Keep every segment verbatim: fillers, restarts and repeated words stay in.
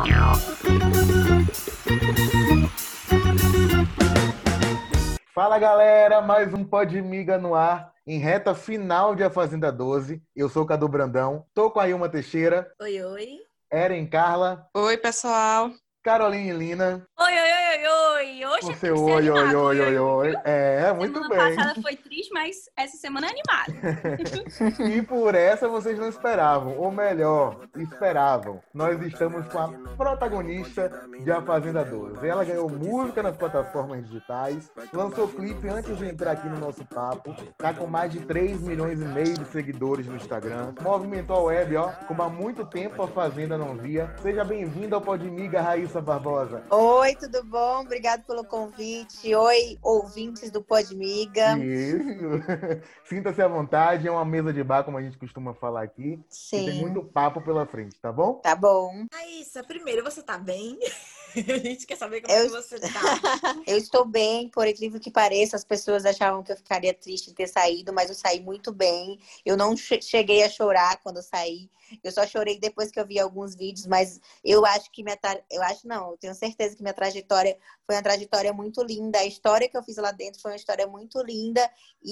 Fala galera, mais um Podmiga no ar, em reta final de A Fazenda doze. Eu sou o Cadu Brandão, tô com a Ilma Teixeira, Oi, oi. Eren Carla, Oi, pessoal. Caroline Lina. Oi, oi, oi, oi, oi. Hoje O tem seu que ser oi, oi, animado. oi, oi, oi. Viu? É, muito Semana bem. passada foi triste, mas essa semana é animada. E por essa vocês não esperavam, ou melhor, esperavam. Nós estamos com a protagonista de A Fazenda doze. Ela ganhou música nas plataformas digitais, lançou clipe antes de entrar aqui no nosso papo, tá com mais de três milhões e meio de seguidores no Instagram, movimentou a web, ó, como há muito tempo a Fazenda não via. Seja bem-vinda ao Podmiga, Raíssa Barbosa. Oi, tudo bom? Obrigado pelo convite. Oi, ouvintes do Podmiga. Isso. Sinta-se à vontade, é uma mesa de bar, como a gente costuma falar aqui. Sim. E tem muito papo pela frente, tá bom? Tá bom. Raíssa, primeiro, você tá bem? A gente quer saber como Eu... é que você tá. Eu estou bem, por incrível que pareça. As pessoas achavam que eu ficaria triste em ter saído, mas eu saí muito bem. Eu não cheguei a chorar quando eu saí. Eu só chorei depois que eu vi alguns vídeos, mas eu acho que minha tra... eu acho não, eu tenho certeza que minha trajetória foi uma trajetória muito linda. A história que eu fiz lá dentro foi uma história muito linda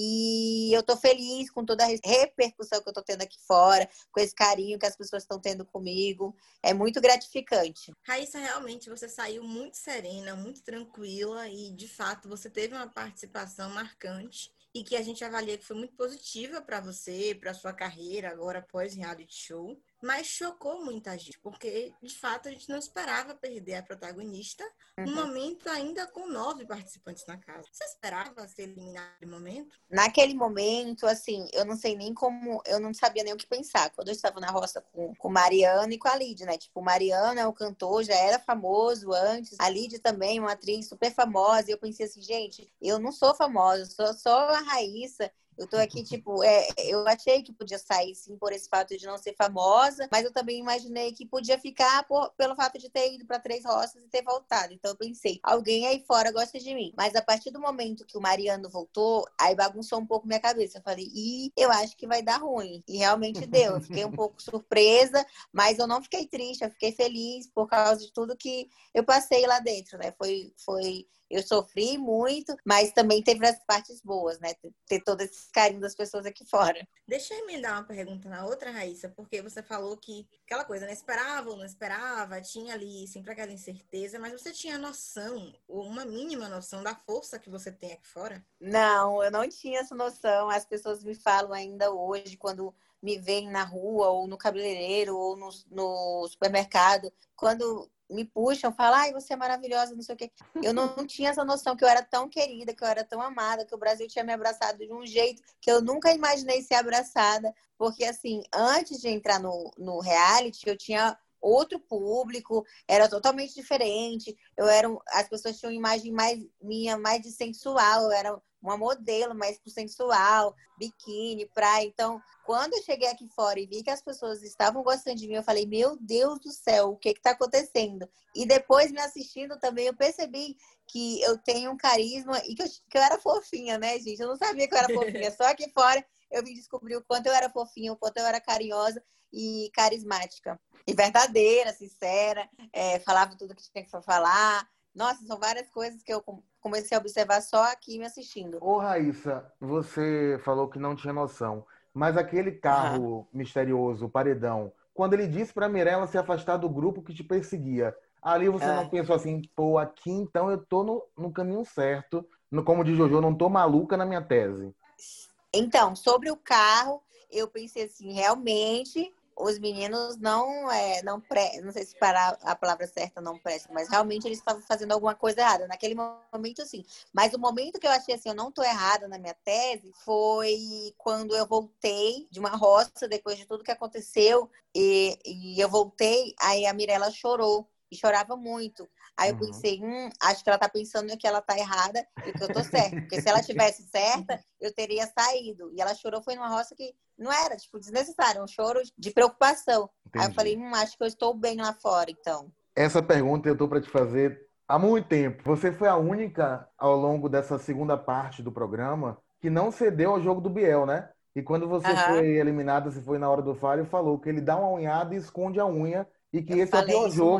e eu tô feliz com toda a repercussão que eu tô tendo aqui fora, com esse carinho que as pessoas estão tendo comigo. É muito gratificante. Raíssa, realmente você saiu muito serena, muito tranquila e, de fato, você teve uma participação marcante e que a gente avalia que foi muito positiva para você, para sua carreira agora após reality show. Mas chocou muita gente, porque, de fato, a gente não esperava perder a protagonista num Uhum. momento ainda com nove participantes na casa. Você esperava ser eliminada naquele momento? Naquele momento, assim, eu não sei nem como... Eu não sabia nem o que pensar. Quando eu estava na roça com, com Mariana e com a Lid, né? Tipo, o Mariana é o cantor, já era famoso antes. A Lid também, uma atriz super famosa. E eu pensei assim, gente, eu não sou famosa, eu sou só a Raíssa. Eu tô aqui, tipo, é, eu achei que podia sair, sim, por esse fato de não ser famosa, mas eu também imaginei que podia ficar por, pelo fato de ter ido para Três Roças e ter voltado. Então eu pensei, alguém aí fora gosta de mim. Mas a partir do momento que o Mariano voltou, aí bagunçou um pouco minha cabeça. Eu falei, ih, eu acho que vai dar ruim. E realmente deu. Eu fiquei um pouco surpresa, mas eu não fiquei triste, eu fiquei feliz por causa de tudo que eu passei lá dentro, né? Foi... foi... Eu sofri muito, mas também teve as partes boas, né? Ter todo esse carinho das pessoas aqui fora. Deixa eu emendar uma pergunta na outra, Raíssa, porque você falou que aquela coisa, né? Esperava ou não esperava, tinha ali sempre aquela incerteza, mas você tinha noção, ou uma mínima noção da força que você tem aqui fora? Não, eu não tinha essa noção. As pessoas me falam ainda hoje, quando me veem na rua, ou no cabeleireiro, ou no, no supermercado, quando me puxam, falam, ai, você é maravilhosa, não sei o quê. Eu não, não tinha essa noção que eu era tão querida, que eu era tão amada, que o Brasil tinha me abraçado de um jeito que eu nunca imaginei ser abraçada. Porque, assim, antes de entrar no, no reality, eu tinha outro público, era totalmente diferente. Eu era, as pessoas tinham uma imagem mais minha, mais de sensual, eu era uma modelo mais pro sensual, biquíni, praia. Então, quando eu cheguei aqui fora e vi que as pessoas estavam gostando de mim, eu falei, meu Deus do céu, o que que tá acontecendo? E depois, me assistindo também, eu percebi que eu tenho um carisma e que eu, que eu era fofinha, né, gente? Eu não sabia que eu era fofinha, só aqui fora eu vim descobrir o quanto eu era fofinha, o quanto eu era carinhosa e carismática. E verdadeira, sincera, é, falava tudo que tinha que falar. Nossa, são várias coisas que eu comecei a observar só aqui me assistindo. Ô, Raíssa, você falou que não tinha noção, mas aquele carro Uhum. misterioso, o paredão, quando ele disse pra Mirella se afastar do grupo que te perseguia, ali você não É. pensou assim, pô, aqui então eu tô no, no caminho certo, no, como diz Jojo, não tô maluca na minha tese. Então, sobre o carro, eu pensei assim, realmente os meninos não, é, não, pre... não sei se parar a palavra certa não presta, mas realmente eles estavam fazendo alguma coisa errada. Naquele momento, sim. Mas o momento que eu achei assim, eu não tô errada na minha tese, foi quando eu voltei de uma roça, depois de tudo que aconteceu, e, e eu voltei, aí a Mirella chorou. E chorava muito. Aí eu Uhum. pensei, hum, acho que ela tá pensando que ela tá errada e que eu tô certa. Porque se ela tivesse certa, eu teria saído. E ela chorou, foi numa roça que não era, tipo, desnecessário. Um choro de preocupação. Entendi. Aí eu falei, hum, acho que eu estou bem lá fora, então. Essa pergunta eu tô para te fazer há muito tempo. Você foi a única ao longo dessa segunda parte do programa que não cedeu ao jogo do Biel, né? E quando você Aham. foi eliminada, você foi na hora do falho, falou que ele dá uma unhada e esconde a unha e que Eu esse é o falei pior isso jogo muito.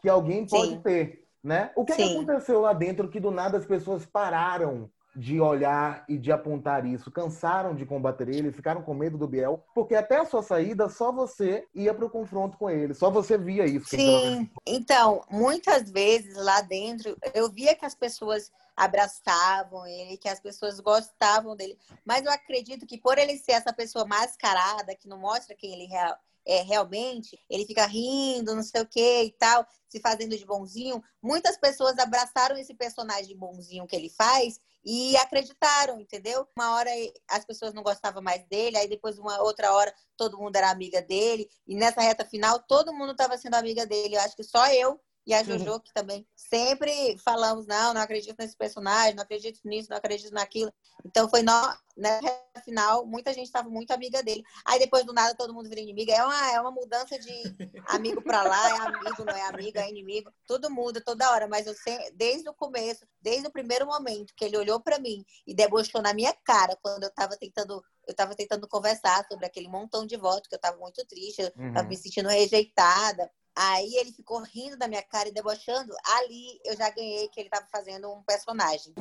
que alguém pode Sim. ter, né? O que, que Sim. aconteceu lá dentro que do nada as pessoas pararam de olhar e de apontar isso, cansaram de combater ele, ficaram com medo do Biel, porque até a sua saída só você ia para o confronto com ele, só você via isso. Que Sim, então, muitas vezes lá dentro eu via que as pessoas abraçavam ele, que as pessoas gostavam dele, mas eu acredito que por ele ser essa pessoa mascarada, que não mostra quem ele real, é realmente, ele fica rindo, não sei o que e tal, se fazendo de bonzinho, muitas pessoas abraçaram esse personagem bonzinho que ele faz e acreditaram, entendeu? Uma hora as pessoas não gostavam mais dele, aí depois uma outra hora todo mundo era amiga dele, e nessa reta final todo mundo estava sendo amiga dele. Eu acho que só eu e a Jojo, que também sempre falamos, não, não acredito nesse personagem, não acredito nisso, não acredito naquilo. Então foi nós, nessa reta final, muita gente estava muito amiga dele. Aí depois do nada todo mundo vira inimiga. É uma, é uma mudança de amigo para lá, é amigo, não é amigo, é inimigo. Tudo muda toda hora, mas eu sei, desde o começo, desde o primeiro momento que ele olhou para mim e debochou na minha cara quando eu estava tentando eu estava tentando conversar sobre aquele montão de votos, que eu estava muito triste, eu estava Uhum. me sentindo rejeitada. Aí ele ficou rindo da minha cara e debochando. Ali eu já ganhei que ele estava fazendo um personagem.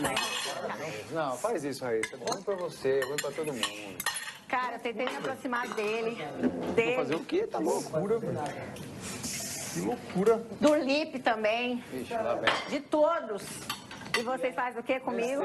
Não, faz isso, Raíssa. É bom pra você, é bom pra todo mundo. Cara, eu tentei me aproximar dele. Vou dele fazer o quê? Tá loucura, velho. Que loucura. do Lipe também. Ixi, lá vem. De todos. E vocês fazem o quê comigo?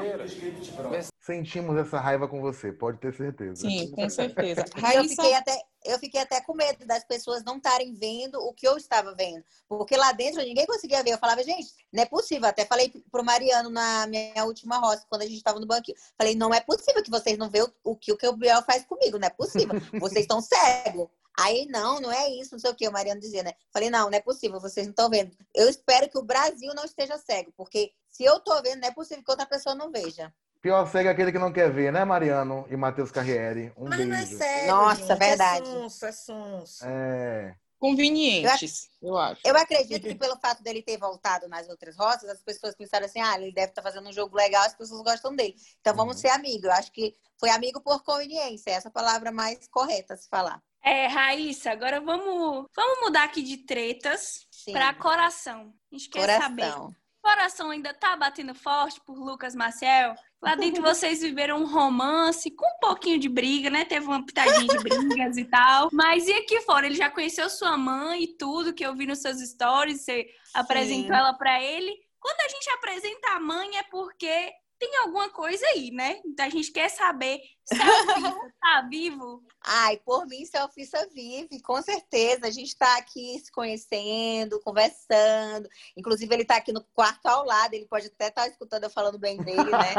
Sentimos essa raiva com você, pode ter certeza. Sim, com certeza. Eu Raíssa, fiquei, até, eu fiquei até com medo das pessoas não estarem vendo o que eu estava vendo. Porque lá dentro ninguém conseguia ver. Eu falava, gente, não é possível. Até falei pro Mariano na minha última roça, quando a gente estava no banquinho. Falei, não é possível que vocês não vejam o que o que o Biel faz comigo. Não é possível. Vocês estão cegos. Aí, não, não é isso, não sei o que, o Mariano dizia, né? Falei, não, não é possível, vocês não estão vendo. Eu espero que o Brasil não esteja cego, porque se eu tô vendo, não é possível que outra pessoa não veja. Pior cego é aquele que não quer ver, né, Mariano e Matheus Carriere? Um Mas beijo. não é sério, Nossa, gente. verdade. É sonso, é sonso. É... convenientes, eu acho. Eu acredito que pelo fato dele ter voltado nas outras roças, as pessoas pensaram assim, ah, ele deve estar fazendo um jogo legal, as pessoas gostam dele. Então vamos Uhum. ser amigos. Eu acho que foi amigo por conveniência, essa é a palavra mais correta a se falar. É, Raíssa, agora vamos, vamos mudar aqui de tretas Sim. para coração. A gente quer saber. Coração. Coração ainda tá batendo forte por Lucas Maciel? Lá dentro vocês viveram um romance com um pouquinho de briga, né? Teve uma pitadinha de brigas e tal. Mas e aqui fora? Ele já conheceu sua mãe e tudo, que eu vi nos seus stories. Você apresentou ela pra ele. Quando a gente apresenta a mãe é porque tem alguma coisa aí, né? Então a gente quer saber se a tá vivo. Ai, por mim, Selfissa vive, com certeza. A gente tá aqui se conhecendo, conversando. Inclusive, ele tá aqui no quarto ao lado. Ele pode até estar escutando eu falando bem dele, né?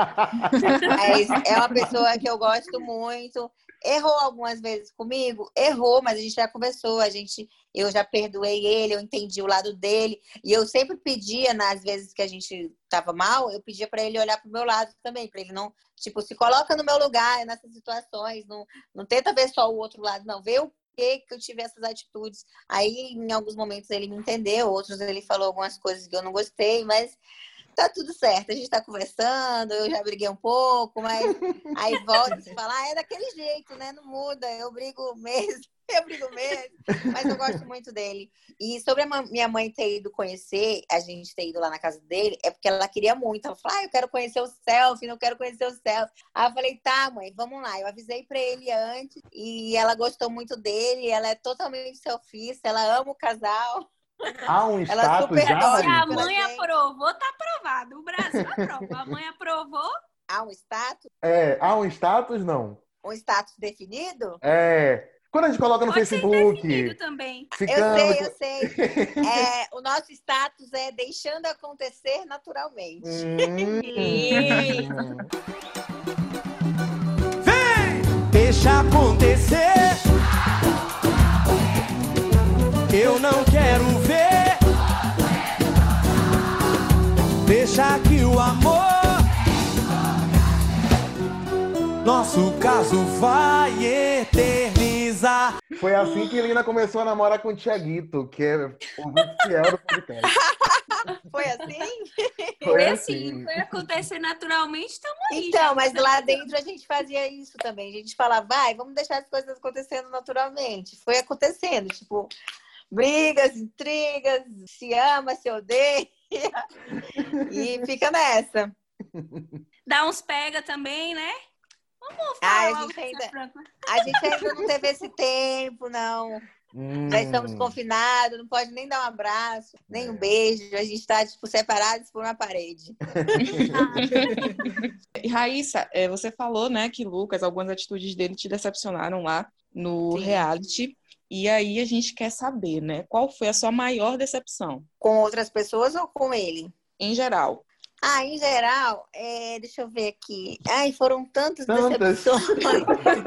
Mas é uma pessoa que eu gosto muito. Errou algumas vezes comigo? Errou, mas a gente já conversou. A gente, eu já perdoei ele, eu entendi o lado dele. E eu sempre pedia, nas vezes que a gente tava mal, eu pedia para ele olhar pro meu lado também, para ele não, tipo, se coloca no meu lugar nessas situações, não, não tenta ver só o outro lado, não, vê o que que eu tive essas atitudes. Aí, em alguns momentos, ele me entendeu, outros ele falou algumas coisas que eu não gostei, mas tá tudo certo, a gente tá conversando, eu já briguei um pouco, mas aí volta e fala, ah, é daquele jeito, né? Não muda, eu brigo mesmo, eu brigo mesmo, mas eu gosto muito dele. E sobre a minha mãe ter ido conhecer, a gente ter ido lá na casa dele, é porque ela queria muito. Ela falou, ah, eu quero conhecer o Selfie, não quero conhecer o Selfie. Aí eu falei, tá, mãe, vamos lá. Eu avisei pra ele antes e ela gostou muito dele, ela é totalmente selfista, ela ama o casal. Há um Ela status super já, adora. Se a Marisa? mãe aprovou, tá aprovado. O Brasil aprova. A mãe aprovou. Há um status, É, há um status, não? um status definido? É. Quando a gente coloca no Pode ser Facebook, indefinido também. Eu ficando... sei, eu sei. É, o nosso status é deixando acontecer naturalmente. Hum. Deixa acontecer. Eu não quero ver. Deixa que o amor, nosso caso vai eternizar. Foi assim que Lina começou a namorar com o Tiaguito, que é o fiel do podcast. Foi assim? Foi assim, foi acontecer naturalmente, tamo aí. Então, já. mas lá dentro a gente fazia isso também. A gente falava, vai, vamos deixar as coisas acontecendo naturalmente. Foi acontecendo, tipo... brigas, intrigas, se ama, se odeia. E fica nessa. Dá uns pega também, né? Vamos Ah, falar a logo gente dessa ainda- franca. A gente ainda não teve esse tempo, não. Hum, Já estamos confinados, não pode nem dar um abraço, nem um É. beijo. A gente está, tipo, separados por uma parede. E Raíssa, é, você falou, né, que Lucas, algumas atitudes dele te decepcionaram lá no Sim. reality. E aí a gente quer saber, né, qual foi a sua maior decepção, Com outras pessoas ou com ele? em geral? Ah, em geral, é, deixa eu ver aqui. Ai, foram tantas Tantas. decepções.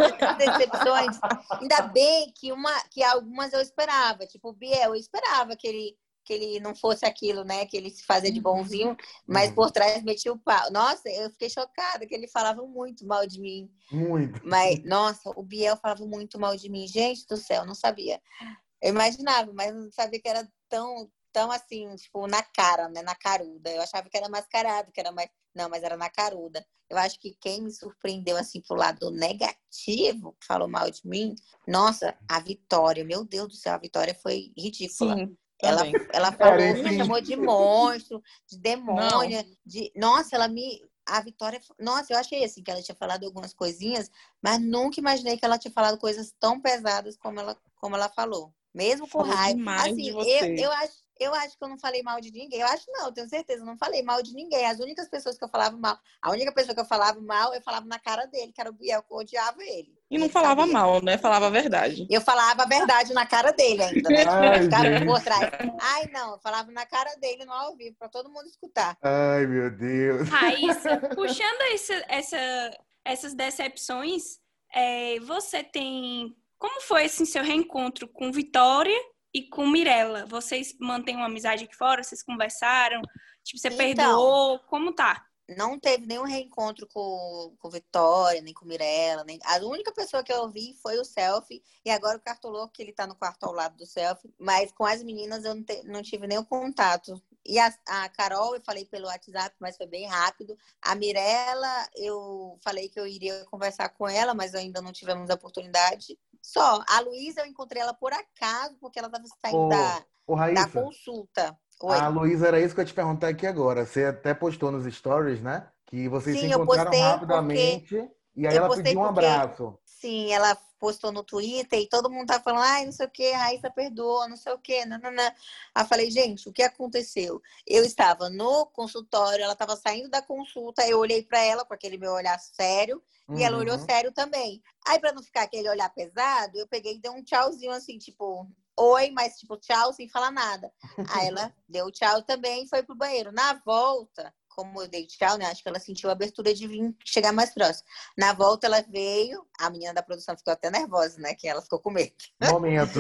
decepções. Ainda bem que, uma, que algumas eu esperava. Tipo, o Biel, eu esperava que ele, que ele não fosse aquilo, né? Que ele se fazia de bonzinho, mas Uhum. por trás metia o pau. Nossa, eu fiquei chocada que ele falava muito mal de mim. Muito. Mas, nossa, o Biel falava muito mal de mim. Gente do céu, não sabia. Eu imaginava, mas não sabia que era tão, tão assim, tipo, na cara, né? Na caruda. Eu achava que era mascarado, que era mais. Não, mas era na caruda. Eu acho que quem me surpreendeu, assim, pro lado negativo, que falou mal de mim, nossa, a Vitória. Meu Deus do céu, a Vitória foi ridícula. Sim, Ela, também. ela falou, Era me esse- chamou de monstro, de demônia, de. Nossa, ela me. A Vitória. Nossa, eu achei assim que ela tinha falado algumas coisinhas, mas nunca imaginei que ela tinha falado coisas tão pesadas como ela, como ela falou. Mesmo com Falou raiva. demais Assim, de eu, você. eu, acho, eu acho que eu não falei mal de ninguém. Eu acho não, eu tenho certeza, eu não falei mal de ninguém. As únicas pessoas que eu falava mal, a única pessoa que eu falava mal, eu falava na cara dele, que era o Biel, que eu odiava ele. E não Ele falava sabia. mal, né? Falava a verdade. E eu falava a verdade na cara dele ainda, né? Tipo, Ai, eu ficava gente. por trás. Ai, não, eu falava na cara dele no ao vivo, pra todo mundo escutar. Ai, meu Deus. Raíssa, puxando essa, essa- essas decepções, é, você tem. Como foi assim, seu reencontro com Vitória e com Mirella? Vocês mantêm uma amizade aqui fora? Vocês conversaram? Tipo, você Então, perdoou? Como tá? não teve nenhum reencontro com, com Vitória, nem com Mirella. Nem... A única pessoa que eu vi foi o Selfie. E agora o Cartoloco, que ele tá no quarto ao lado do Selfie. Mas com as meninas eu não, te... não tive nenhum contato. E a, a Carol eu falei pelo WhatsApp, mas foi bem rápido. A Mirella, eu falei que eu iria conversar com ela, mas ainda não tivemos a oportunidade. Só. A Luísa eu encontrei ela por acaso, porque ela estava saindo Ô, da, ô, da Raíssa, consulta. Oi. a Luísa, era isso que eu ia te perguntar aqui agora. Você até postou nos stories, né? Que vocês se Sim, eu encontraram postei porque rapidamente e aí Eu ela postei pediu um porque, abraço. sim, ela postou no Twitter e todo mundo tá falando, ai, não sei o que, Raíssa perdoa, não sei o que, nananã. Aí eu falei, gente, o que aconteceu? Eu estava no consultório, ela estava saindo da consulta, eu olhei para ela com aquele meu olhar sério e ela olhou Uhum. sério também. Aí, para não ficar aquele olhar pesado, eu peguei e dei um tchauzinho assim, tipo, oi, mas tipo, tchau sem falar nada. Aí ela deu tchau também e foi pro banheiro. Na volta, como eu dei tchau, né? Acho que ela sentiu a abertura de vir chegar mais próximo. Na volta ela veio, a menina da produção ficou até nervosa, né? Que ela ficou com medo. Momentos.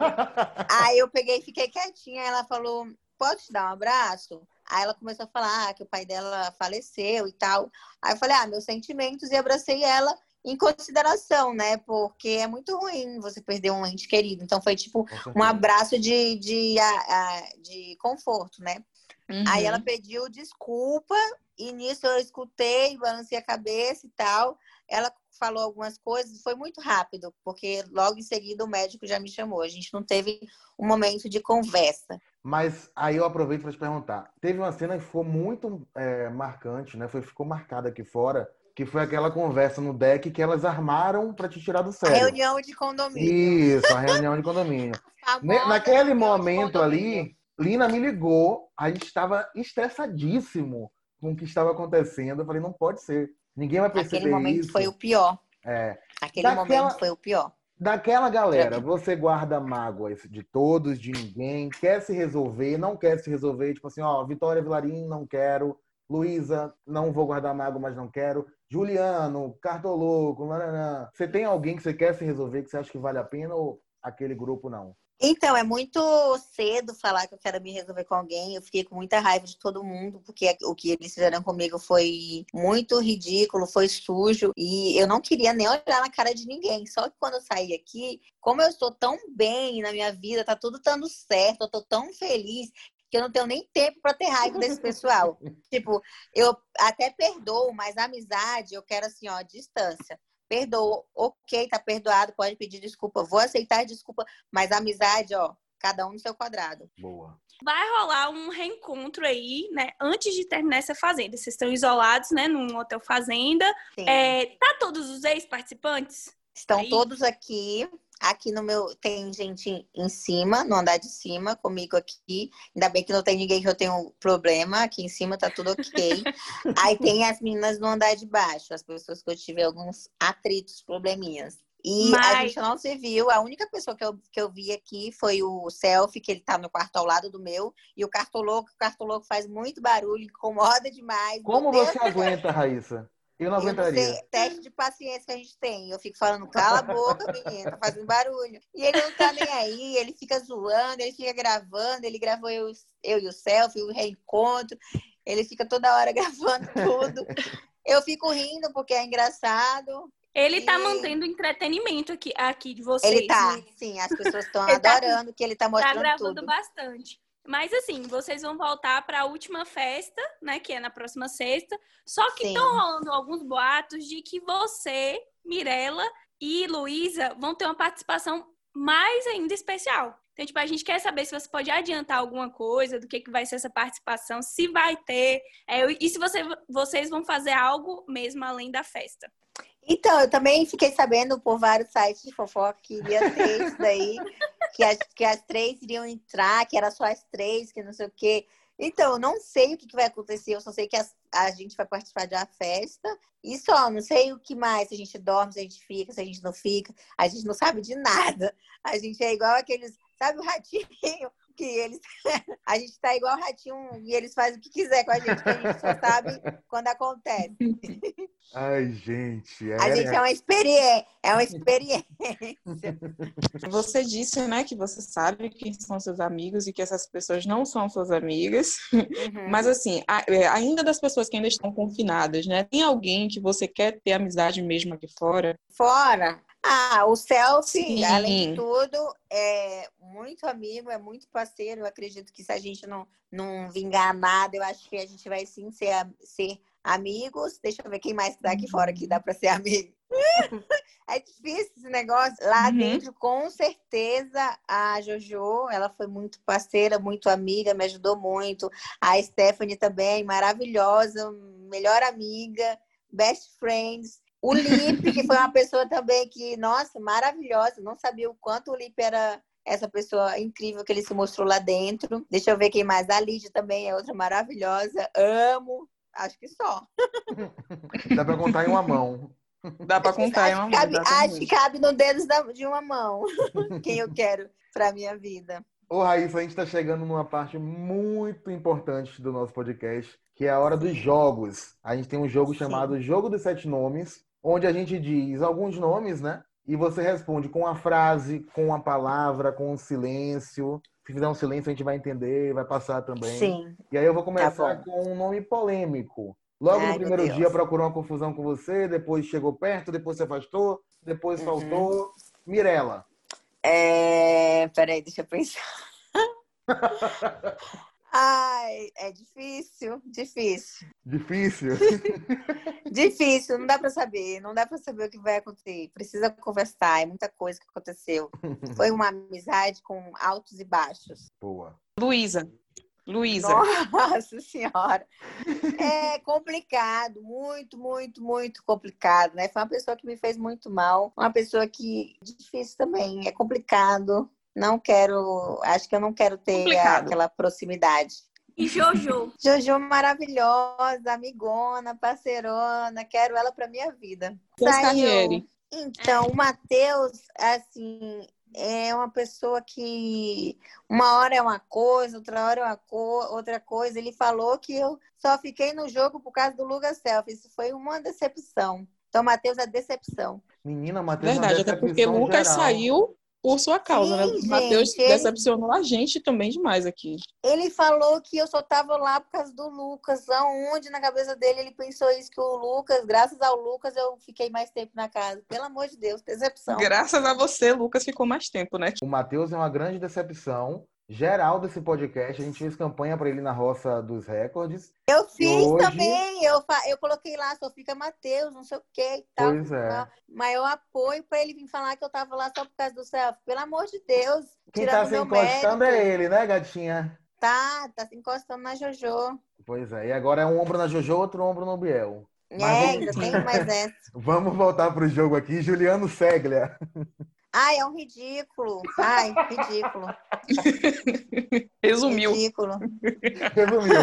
Aí eu peguei e fiquei quietinha. Ela falou, pode te dar um abraço? Aí ela começou a falar ah, que o pai dela faleceu e tal. Aí eu falei, ah, meus sentimentos, e abracei ela em consideração, né? Porque é muito ruim você perder um ente querido. Então foi tipo Com um certeza. abraço de, de, de, de conforto, né? Uhum. Aí ela pediu desculpa e nisso eu escutei, balancei a cabeça e tal. Ela falou algumas coisas, foi muito rápido, porque logo em seguida o médico já me chamou. A gente não teve um momento de conversa. Mas aí eu aproveito para te perguntar. Teve uma cena que ficou muito é, marcante, né? Foi, ficou marcada aqui fora, que foi aquela conversa no deck que elas armaram para te tirar do A sério. reunião de condomínio. Isso, a reunião de condomínio. A Ne- famosa Naquele reunião de momento condomínio. ali, Lina me ligou, a gente estava estressadíssimo com o que estava acontecendo. Eu falei, não pode ser. Ninguém vai Aquele perceber momento foi o isso. pior. É. Aquele momento Daquela, foi o pior. daquela Pra galera, mim. você guarda mágoas de todos, de ninguém, quer se resolver, não quer se resolver, tipo assim, ó, Vitória Vilarim, não quero. Luísa, não vou guardar mágoa, mas não quero. Juliano, Cartoloco, nananã. Você tem alguém que você quer se resolver, que você acha que vale a pena, ou aquele grupo não? Então, é muito cedo falar que eu quero me resolver com alguém. Eu fiquei com muita raiva de todo mundo, porque o que eles fizeram comigo foi muito ridículo, foi sujo. E eu não queria nem olhar na cara de ninguém. Só que quando eu saí aqui, como eu estou tão bem na minha vida, tá tudo dando certo, eu tô tão feliz, que eu não tenho nem tempo para ter raiva desse pessoal. Tipo, eu até perdoo, mas a amizade eu quero assim, ó, distância. Perdoou, ok, tá perdoado, pode pedir desculpa, vou aceitar desculpa, mas a amizade, ó, cada um no seu quadrado. Boa. Vai rolar um reencontro aí, né? Antes de terminar essa fazenda. Vocês estão isolados, né? Num hotel fazenda. Sim. É, tá todos os ex-participantes? Estão Aí. todos aqui. Aqui no meu, tem gente em cima, no andar de cima, comigo aqui. Ainda bem que não tem ninguém que eu tenho problema. Aqui em cima tá tudo ok. Aí tem as meninas no andar de baixo, as pessoas que eu tive alguns atritos, probleminhas. E Mas... a gente não se viu. A única pessoa que eu, que eu vi aqui foi o Selfie, que ele tá no quarto ao lado do meu. E o Cartoloco, o Cartoloco faz muito barulho, incomoda demais. Como Meu você Deus, aguenta, Raíssa? Eu não eu não aguentaria. sei, teste de paciência que a gente tem. Eu fico falando, cala a boca, menina, tá fazendo barulho. E ele não tá nem aí, ele fica zoando, ele fica gravando, ele gravou eu, eu e o Selfie, o reencontro. Ele fica toda hora gravando tudo. Eu fico rindo porque é engraçado. Ele e... tá mantendo entretenimento aqui, aqui de vocês. Ele tá, né? sim, as pessoas estão Ele tá- adorando que ele tá Tá mostrando gravando tudo. bastante. Mas assim, vocês vão voltar para a última festa, né? Que é na próxima sexta. Só que Sim. estão rolando alguns boatos de que você, Mirella e Luísa vão ter uma participação mais ainda especial. Então, tipo, a gente quer saber se você pode adiantar alguma coisa, do que, que vai ser essa participação, se vai ter, é, e se você, vocês vão fazer algo mesmo além da festa. Então, eu também fiquei sabendo por vários sites de fofoca que iria ter isso daí, que as, que as três iriam entrar, que era só as três, que não sei o quê. Então, eu não sei o que que vai acontecer, eu só sei que as- a gente vai participar de uma festa e só, não sei o que mais, se a gente dorme, se a gente fica, se a gente não fica, a gente não sabe de nada. A gente é igual aqueles, sabe o ratinho? Que eles, a gente tá igual o ratinho e eles fazem o que quiser com a gente, que a gente só sabe quando acontece. Ai, gente. A gente é uma experiência, é uma experiência. Você disse, né, que você sabe quem são seus amigos e que essas pessoas não são suas amigas. Uhum. Mas assim, a- é, ainda das pessoas que ainda estão confinadas, né? Tem alguém que você quer ter amizade mesmo aqui fora? Fora. Ah, o Selfie, Sim. além de tudo, é muito amigo, é muito parceiro. Eu acredito que se a gente não, não vingar nada, eu acho que a gente vai sim ser, a- ser amigos. Deixa eu ver quem mais tá aqui fora que dá para ser amigo. É difícil esse negócio. Lá Uhum. dentro, com certeza, a Jojo, ela foi muito parceira, muito amiga, me ajudou muito. A Stephanie também, maravilhosa, melhor amiga, best friends. O Lipe, que foi uma pessoa também que, nossa, maravilhosa. Não sabia o quanto o Lipe era essa pessoa incrível que ele se mostrou lá dentro. Deixa eu ver quem mais. A Lídia também é outra maravilhosa. Amo. Acho que só. Dá pra contar em uma mão. Dá pra contar em Acho uma que cabe, mão, acho exatamente. que cabe no dedo da- de uma mão. Quem eu quero pra minha vida. Ô, Raíssa, a gente tá chegando numa parte muito importante do nosso podcast, que é a hora dos jogos. A gente tem um jogo Sim. chamado Jogo dos Sete Nomes, onde a gente diz alguns nomes, né? E você responde com a frase, com a palavra, com o silêncio. Se fizer um silêncio, a gente vai entender, vai passar também. Sim. E aí eu vou começar Tá bom. com um nome polêmico. Logo Ai, no meu primeiro Deus. dia procurou uma confusão com você, depois chegou perto, depois se afastou, depois Uhum. faltou. Mirella. É... Peraí, deixa eu pensar. Ai, é difícil, difícil. Difícil. Difícil, não dá pra saber, não dá pra saber o que vai acontecer. Precisa conversar, é muita coisa que aconteceu. Foi uma amizade com altos e baixos. Boa. Luísa. Luísa. Nossa Senhora. É complicado, muito, muito, muito complicado, né? Foi uma pessoa que me fez muito mal, uma pessoa que difícil também, é complicado. Não quero, acho que eu não quero ter Complicado. aquela proximidade. E Jojo? Jojo maravilhosa, amigona, parceirona, quero ela pra minha vida. Matheus Saiu. Carriere. Então, o Matheus, assim, é uma pessoa que uma hora é uma coisa, outra hora é uma co- outra coisa. Ele falou que eu só fiquei no jogo por causa do Lucas Selfie. Isso foi uma decepção. Então, Matheus é decepção. Menina, Matheus, uma Verdade, até porque decepção Lucas geral. saiu por sua causa, Sim, né? gente, Matheus ele- decepcionou a gente também demais aqui. Ele falou que eu só tava lá por causa do Lucas. Aonde na cabeça dele ele pensou isso? Que o Lucas, graças ao Lucas, eu fiquei mais tempo na casa. Pelo amor de Deus, decepção. Graças a você, Lucas ficou mais tempo, né? O Matheus é uma grande decepção. geral desse podcast. A gente fez campanha para ele na Roça dos Recordes. Eu fiz hoje... também, eu, fa... eu coloquei lá, Sofia Matheus, não sei o que e tal. Pois é. Maior apoio para ele vir falar que eu tava lá só por causa do selfie. Pelo amor de Deus. Quem tá se encostando é ele, né, gatinha? Tá, tá se encostando na Jojo. Pois é, e agora é um ombro na Jojo, outro ombro no Biel. Mas é, vamos... ainda tem mais essa. Vamos voltar pro jogo aqui. Juliano Seglia. Ai, é um ridículo. Ai, ridículo. Resumiu. Ridículo. Resumiu.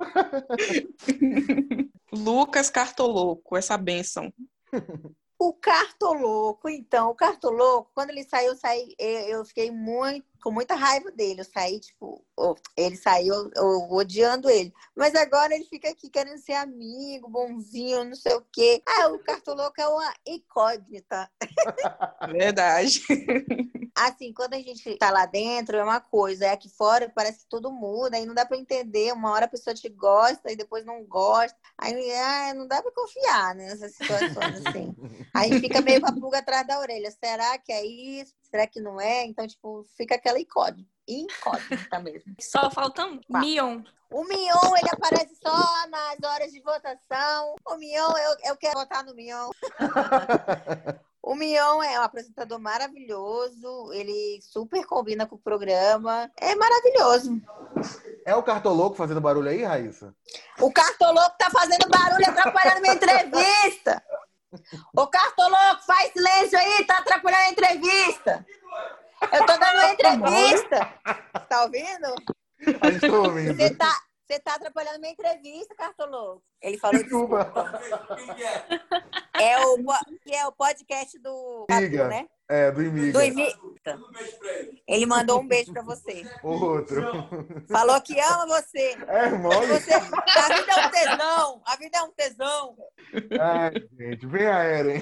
Lucas Cartoloco, essa bênção. O Cartoloco, então, o Cartoloco, quando ele saiu, eu, saí, eu fiquei muito, com muita raiva dele. Eu saí, tipo, ele saiu eu, odiando ele. Mas agora ele fica aqui querendo ser amigo, bonzinho, não sei o quê. Ah, o Cartoloco é uma incógnita. Verdade. Assim, quando a gente tá lá dentro, é uma coisa. É aqui fora, parece que tudo muda. Aí não dá pra entender. Uma hora a pessoa te gosta e depois não gosta. Aí ah, não dá pra confiar, né, nessas situações, assim. Aí fica meio com a pulga atrás da orelha. Será que é isso? Será que não é? Então, tipo, fica aquela incógnita. Incógnita mesmo. Só falta um. Mion. O Mion, ele aparece só nas horas de votação. O Mion, eu, eu quero votar no Mion. O Mion é um apresentador maravilhoso. Ele super combina com o programa. É maravilhoso. É o Cartoloco fazendo barulho aí, Raíssa? O Cartoloco tá fazendo barulho, atrapalhando minha entrevista. Ô, Cartoloco, faz silêncio aí, tá atrapalhando a entrevista. Eu tô dando uma entrevista. Tá ouvindo? A gente tá ouvindo. Você tá, você tá atrapalhando minha entrevista, Cartoloco. Ele falou desculpa. desculpa. É o, que é o podcast do Cadu, né? É, do Imiga. Do Imiga. Ele mandou um beijo pra você. Outro. Falou que ama você. É, mole. Você, a vida é um tesão. A vida é um tesão. Ai, gente, vem a Eren.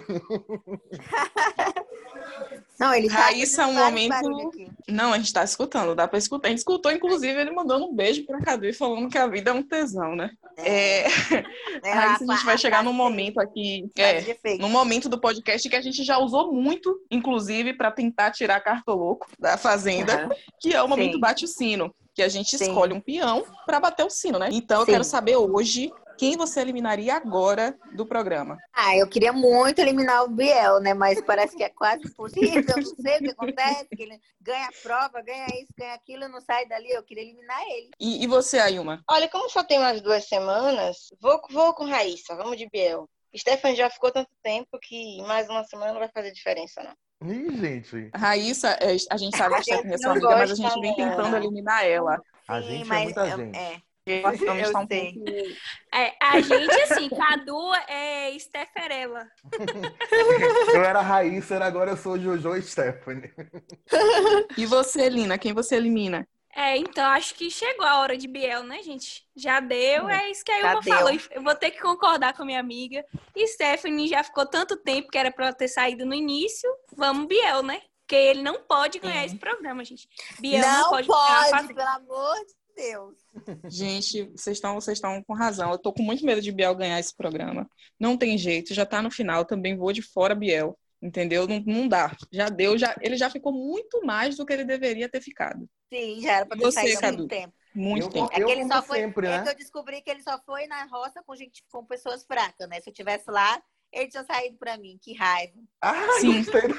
Não, ele tá Raíssa, um momento... Não, a gente tá escutando, dá pra escutar. A gente escutou, inclusive, ele mandando um beijo pra Cadu e falando que a vida é um tesão, né? É... é... Raíssa, a gente vai chegar num momento aqui, é, num momento do podcast que a gente já usou muito, inclusive, pra tentar tirar Cartoloco da Fazenda, uhum. que é o momento Sim. bate o sino, que a gente Sim. escolhe um peão pra bater o sino, né? Então, eu Sim. quero saber hoje... Quem você eliminaria agora do programa? Ah, eu queria muito eliminar o Biel, né? Mas parece que é quase impossível. Eu não sei o que acontece. Que ele ganha a prova, ganha isso, ganha aquilo, não sai dali. Eu queria eliminar ele. E, e você, Ailma? Olha, como só tem umas duas semanas, vou, vou com Raíssa. Vamos de Biel. Stephanie já ficou tanto tempo que mais uma semana não vai fazer diferença, não. Ih, gente. Raíssa, a gente sabe que a Stephanie é sua amiga, mas a gente vem tentando eliminar ela. A Sim, gente mas é muita eu, gente. É. Eu eu tá um sei. pouco... É, a gente, assim, Cadu é Steferela. Eu era Raíssa, agora eu sou Jojo e Stephanie. E você, Lina? Quem você elimina? É, então, acho que chegou a hora de Biel, né, gente? Já deu, é isso que a Ilma falou. Eu vou ter que concordar com a minha amiga. E Stephanie já ficou tanto tempo que era pra ela ter saído no início. Vamos, Biel, né? Porque ele não pode ganhar Sim. esse programa, gente. Biel não, não pode, pode pelo amor de Deus. Gente, vocês estão vocês estão com razão. Eu tô com muito medo de Biel ganhar esse programa. Não tem jeito, já tá no final. Também vou de fora, Biel. Entendeu? Não, não dá. Já deu, já, ele já ficou muito mais do que ele deveria ter ficado. Sim, já era pra ter Você, saído há Cadu? muito tempo. Muito eu, tempo. É que ele só foi. Sempre, né? É que eu descobri que ele só foi na roça com gente com pessoas fracas, né? Se eu tivesse lá, ele tinha saído pra mim. Que raiva. Ah, Sim.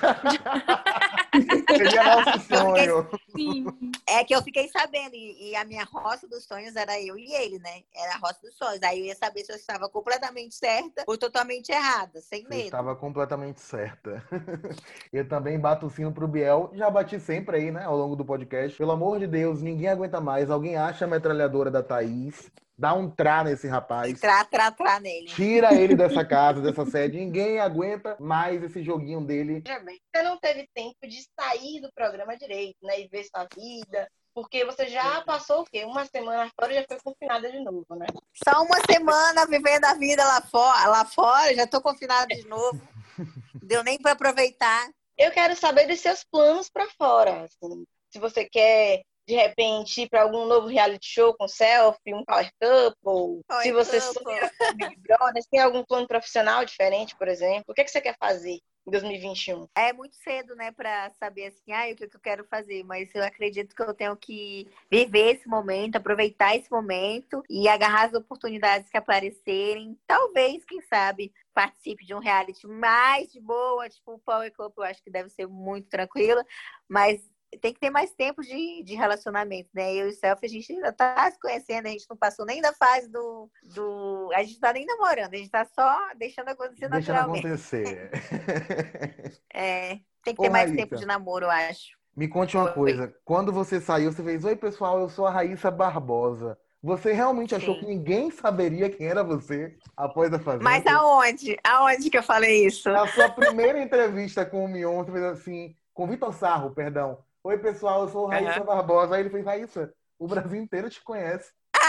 Seria nosso sonho. Sim. É que eu fiquei sabendo, e, e a minha roça dos sonhos era eu e ele, né? Era a roça dos sonhos. Aí eu ia saber se eu estava completamente certa ou totalmente errada, sem Você medo. estava completamente certa. Eu também bato o sino pro Biel. Já bati sempre aí, né? Ao longo do podcast. Pelo amor de Deus, ninguém aguenta mais. Alguém acha a metralhadora da Thaís. Dá um trá nesse rapaz. Trá, trá, trá nele. Tira ele dessa casa, dessa sede. Ninguém aguenta mais esse joguinho dele. Você não teve tempo de sair do programa direito, né? E ver sua vida. Porque você já passou o quê? Uma semana fora e já foi confinada de novo, né? Só uma semana vivendo a vida lá fora, lá fora já tô confinada de novo. Deu nem para aproveitar. Eu quero saber dos seus planos para fora. Assim, se você quer, de repente, ir para algum novo reality show com selfie, um power couple, Power se você couple. sonha com Big Brother, tem algum plano profissional diferente, por exemplo? O que, é que você quer fazer? em dois mil e vinte e um? É muito cedo, né, para saber assim, ah, o que eu quero fazer, mas eu acredito que eu tenho que viver esse momento, aproveitar esse momento e agarrar as oportunidades que aparecerem. Talvez, quem sabe, participe de um reality mais de boa, tipo o Power Couple, eu acho que deve ser muito tranquila, mas tem que ter mais tempo de, de relacionamento, né? Eu e o Selfie, a gente ainda tá se conhecendo, a gente não passou nem da fase do... do... A gente tá nem namorando, a gente tá só deixando acontecer Deixando naturalmente. acontecer. É, tem que Ô, ter mais tempo Raíssa, de namoro, eu acho. me conte uma Oi. coisa. Quando você saiu, você fez: oi, pessoal, eu sou a Raíssa Barbosa. Você realmente achou que Sim. ninguém saberia quem era você após a Mas Fazenda? aonde? Aonde que eu falei isso? Na sua primeira entrevista com o Mion, você fez assim, com Vitor Sarro, perdão. Oi, pessoal, eu sou Raíssa Uhum. Barbosa. Aí ele fez: Raíssa, o Brasil inteiro te conhece.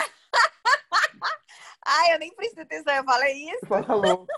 Ai, eu nem prestei atenção, eu falei isso. Falou.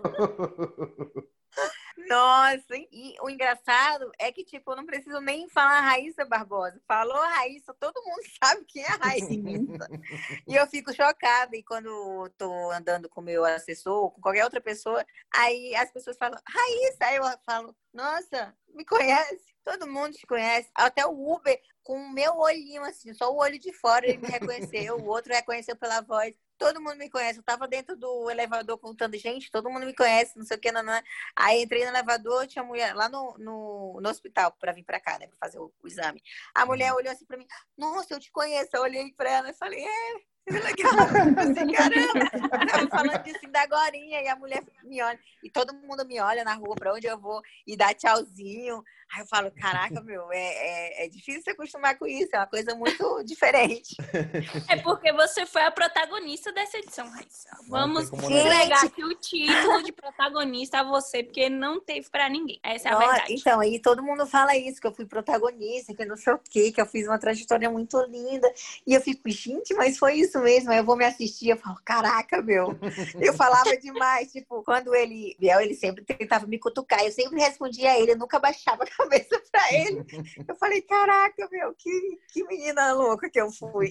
Nossa, e o engraçado é que, tipo, eu não preciso nem falar Raíssa Barbosa. Falou Raíssa, todo mundo sabe quem é a Raíssa. E eu fico chocada. E quando eu tô andando com o meu assessor, ou com qualquer outra pessoa, aí as pessoas falam, Raíssa. Aí eu falo, nossa, me conhece? Todo mundo te conhece. Até o Uber, com o meu olhinho assim, só o olho de fora, ele me reconheceu. O outro reconheceu pela voz. Todo mundo me conhece. Eu tava dentro do elevador contando, gente, todo mundo me conhece, não sei o que, não, não. Aí entrei no elevador, tinha mulher lá no, no, no hospital pra vir pra cá, né, pra fazer o, o exame. A mulher olhou assim pra mim, nossa, eu te conheço. Eu olhei pra ela e falei, é, que legal. Assim, caramba, eu tava falando disso ainda agorinha. E a mulher me olha, e todo mundo me olha na rua pra onde eu vou e dá tchauzinho. Aí eu falo, caraca, meu, é, é, é difícil se acostumar com isso, é uma coisa muito diferente. É porque você foi a protagonista dessa edição, Raíssa. Vamos como negar. entregar aqui o título de protagonista a você, porque não teve pra ninguém. Essa é a Nossa, verdade. então, aí todo mundo fala isso, que eu fui protagonista, que não sei o quê, que eu fiz uma trajetória muito linda. E eu fico, gente, mas foi isso mesmo. Aí eu vou me assistir, eu falo, caraca, meu. Eu falava demais, tipo, quando ele, Biel, ele sempre tentava me cutucar, eu sempre respondia a ele, eu nunca baixava a cabeça pra ele. Eu falei, caraca, meu, que, que menina louca que eu fui.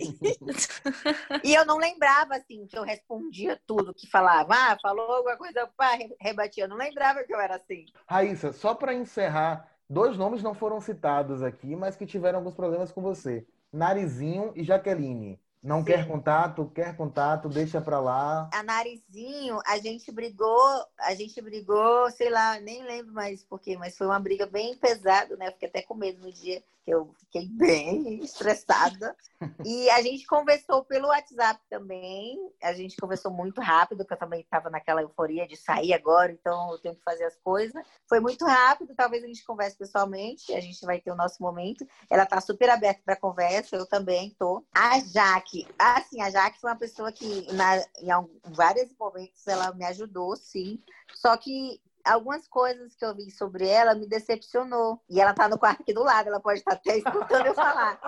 E eu não lembrava, assim, que eu respondia tudo que falava. Ah, falou alguma coisa, pá, rebatia. Eu não lembrava que eu era assim. Raíssa, só para encerrar, dois nomes não foram citados aqui, mas que tiveram alguns problemas com você. Narizinho e Jaqueline. Não Sim. quer contato, quer contato, deixa pra lá. A Narizinho, a gente brigou, a gente brigou, sei lá, nem lembro mais por quê, mas foi uma briga bem pesada, né? Eu fiquei até com medo no dia, que eu fiquei bem estressada. E a gente conversou pelo WhatsApp também, a gente conversou muito rápido, porque eu também estava naquela euforia de sair agora, então eu tenho que fazer as coisas. Foi muito rápido, talvez a gente converse pessoalmente, a gente vai ter o nosso momento. Ela tá super aberta para conversa, eu também tô. A Jaque, assim, a Jaque foi uma pessoa que na, em algum, vários momentos ela me ajudou, sim. Só que algumas coisas que eu vi sobre ela me decepcionou. E ela tá no quarto aqui do lado, ela pode estar até escutando eu falar.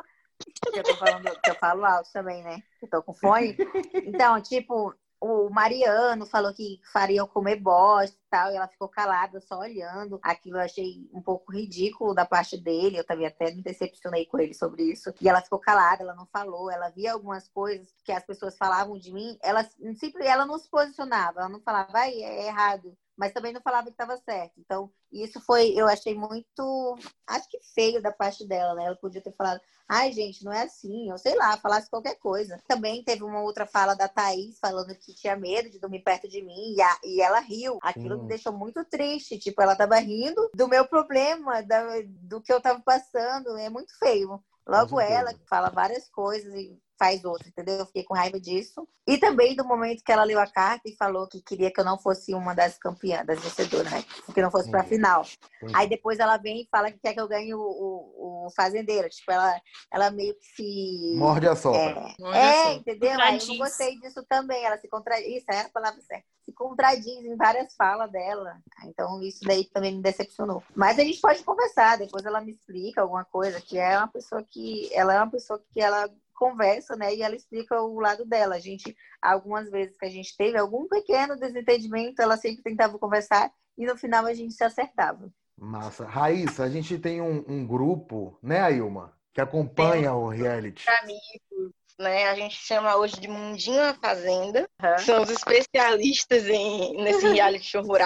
Eu tô falando, eu falo alto também, né? Eu tô com fone. Então, tipo, o Mariano falou que faria eu comer bosta e tal, e ela ficou calada, só olhando. Aquilo eu achei um pouco ridículo da parte dele, eu também até me decepcionei com ele sobre isso. E ela ficou calada, ela não falou, ela via algumas coisas que as pessoas falavam de mim, ela, sempre, ela não se posicionava, ela não falava, vai, é errado. Mas também não falava que estava certo. Então, isso foi, eu achei muito, acho que feio da parte dela, né? Ela podia ter falado, ai, gente, não é assim, ou sei lá, falasse qualquer coisa. Também teve uma outra fala da Thaís, falando que tinha medo de dormir perto de mim, e, a, e ela riu. Aquilo Sim. me deixou muito triste. Tipo, ela tava rindo do meu problema, da, do que eu tava passando. É muito feio. Logo ela, que fala várias coisas e faz outra, entendeu? Eu fiquei com raiva disso. E também do momento que ela leu a carta e falou que queria que eu não fosse uma das campeãs, das vencedoras, né? Que não fosse pra final. Entendi. Aí depois ela vem e fala que quer que eu ganhe o, o, o fazendeiro. Tipo, ela, ela meio que se... Morde a sopra. É, é entendeu? Aí eu não gostei disso também. Ela se contradiz. Isso, é a palavra certa. Se contradiz em várias falas dela. Então isso daí também me decepcionou. Mas a gente pode conversar. Depois ela me explica alguma coisa. Que é uma pessoa que... Ela é uma pessoa que ela... conversa, né, e ela explica o lado dela. A gente, algumas vezes que a gente teve algum pequeno desentendimento, ela sempre tentava conversar e no final a gente se acertava. Massa. Raíssa, a gente tem um, um grupo, né, Ailma, que acompanha tem o reality. Amigos, né? A gente chama hoje de Mundinho a Fazenda. Uhum. São os especialistas em, nesse reality show rural.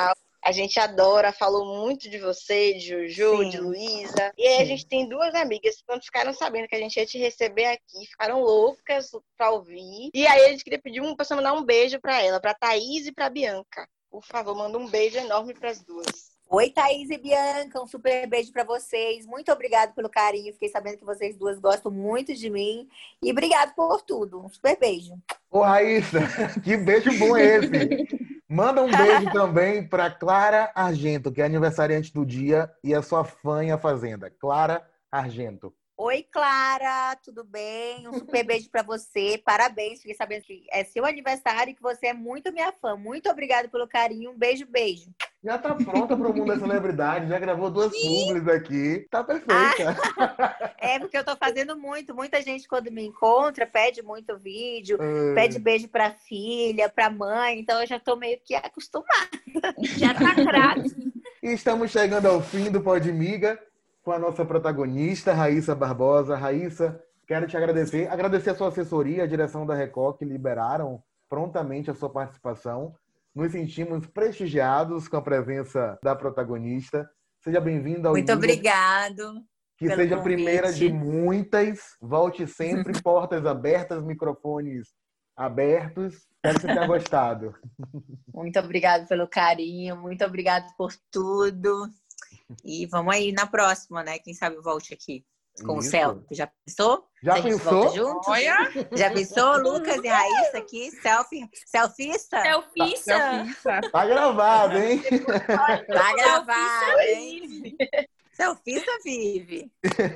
A gente adora, falou muito de você, de Juju, Sim. de Luísa. E aí a gente tem duas amigas que quando ficaram sabendo que a gente ia te receber aqui, ficaram loucas pra ouvir. E aí a gente queria pedir um, pra você mandar um beijo pra ela, pra Thaís e pra Bianca. Por favor, manda um beijo enorme pras duas. Oi, Thaís e Bianca, um super beijo pra vocês. Muito obrigada pelo carinho. Fiquei sabendo que vocês duas gostam muito de mim. E obrigado por tudo. Um super beijo. Ô, Raíssa, que beijo bom é esse? Manda um beijo também para Clara Argento, que é aniversariante do dia e é sua fã em A Fazenda. Clara Argento. Oi, Clara, tudo bem? Um super beijo pra você. Parabéns, fiquei sabendo que é seu aniversário e que você é muito minha fã. Muito obrigada pelo carinho. Um beijo, beijo. Já tá pronta para o mundo da celebridade, já gravou duas publis aqui. Tá perfeita. Ah, é porque eu tô fazendo muito. Muita gente, quando me encontra, pede muito vídeo, É. pede beijo pra filha, pra mãe. Então eu já tô meio que acostumada. Já tá craque. E estamos chegando ao fim do Podmiga com a nossa protagonista, Raíssa Barbosa. Raíssa, quero te agradecer. Agradecer a sua assessoria, a direção da Record, que liberaram prontamente a sua participação. Nos sentimos prestigiados com a presença da protagonista. Seja bem-vinda ao Muito Miga. obrigado. Que pelo seja a convite. primeira de muitas. Volte sempre, portas abertas, microfones abertos. Espero que você tenha gostado. Muito obrigado pelo carinho, muito obrigado por tudo. E vamos aí na próxima, né? Quem sabe volte aqui com Isso. o selfie. Já pensou? Já Se a gente pensou? volta juntos? Olha! Já pensou? Lucas e Raíssa aqui, selfie, selfista? Selfista. Selfista. Tá gravado, hein? Tá gravado, hein? Selfista vive.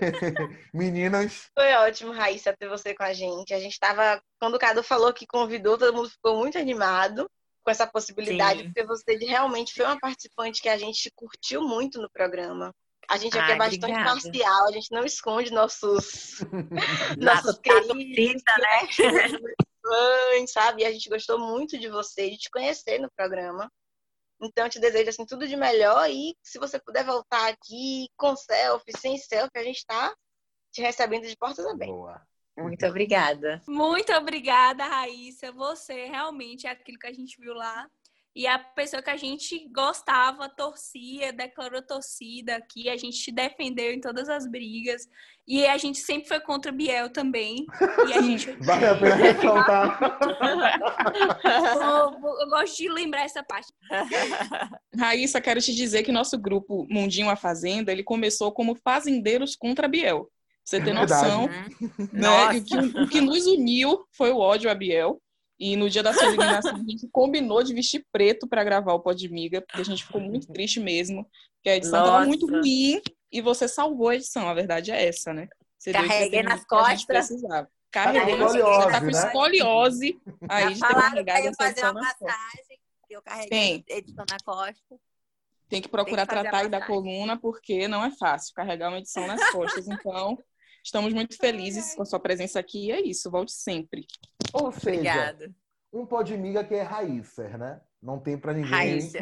Meninas, Foi ótimo, Raíssa, ter você com a gente. A gente tava, quando o Cadu falou que convidou, todo mundo ficou muito animado com essa possibilidade, Sim. porque você realmente foi uma participante que a gente curtiu muito no programa. A gente aqui Ai, é bastante obrigada. parcial, a gente não esconde nossos, Nossa, nossos tá queridos, torcida, né? fãs, sabe? E a gente gostou muito de você, de te conhecer no programa. Então, eu te desejo assim, tudo de melhor e se você puder voltar aqui com selfie, sem selfie, a gente tá te recebendo de portas abertas. boa. Muito obrigada. Muito obrigada, Raíssa. Você realmente é aquilo que a gente viu lá. E a pessoa que a gente gostava, torcia, declarou torcida aqui. A gente te defendeu em todas as brigas. E a gente sempre foi contra Biel também. E a gente... Vale a pena ressaltar. eu, eu gosto de lembrar essa parte. Raíssa, quero te dizer que nosso grupo Mundinho A Fazenda, ele começou como fazendeiros contra Biel. Pra você ter É verdade. noção, Uhum. né? Nossa. O que, o que nos uniu foi o ódio a Biel. E no dia da sua eliminação, a gente combinou de vestir preto para gravar o Podmiga, porque a gente ficou muito triste mesmo, porque a edição estava Nossa. muito ruim e você salvou a edição, a verdade é essa, né? Você deu Carreguei esse nas entretenimento que a gente costas. precisava. Carreguei com nas costas, tá com escoliose, né? escoliose aí Já de ter falaram pra carregado eu essa fazer edição uma nas costas. massagem, que eu carreguei Tem. edição na costa. Tem que procurar Tem que fazer tratar a aí da massagem. coluna, porque não é fácil carregar uma edição nas costas. Então, estamos muito felizes com a sua presença aqui e é isso, volte sempre. Ou seja, Obrigada. um Podmiga que é Raíssa, né? Não tem pra ninguém. Raíssa.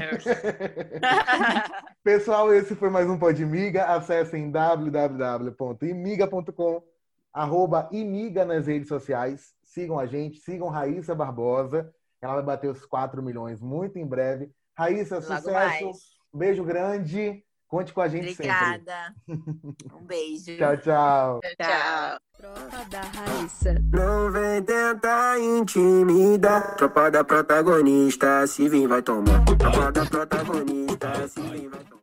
Pessoal, esse foi mais um Podmiga. Acessem w w w ponto imiga ponto com, arroba imiga nas redes sociais. Sigam a gente, sigam Raíssa Barbosa. Ela vai bater os quatro milhões muito em breve. Raíssa, Logo sucesso. mais. Beijo grande. Conte com a gente Obrigada. Um beijo. sempre. Tchau, tchau. Tchau. Tropa da Raíssa. Não vem tentar intimidar. Tropa da protagonista, se vir vai tomar. Tropa da protagonista, se vir vai tomar.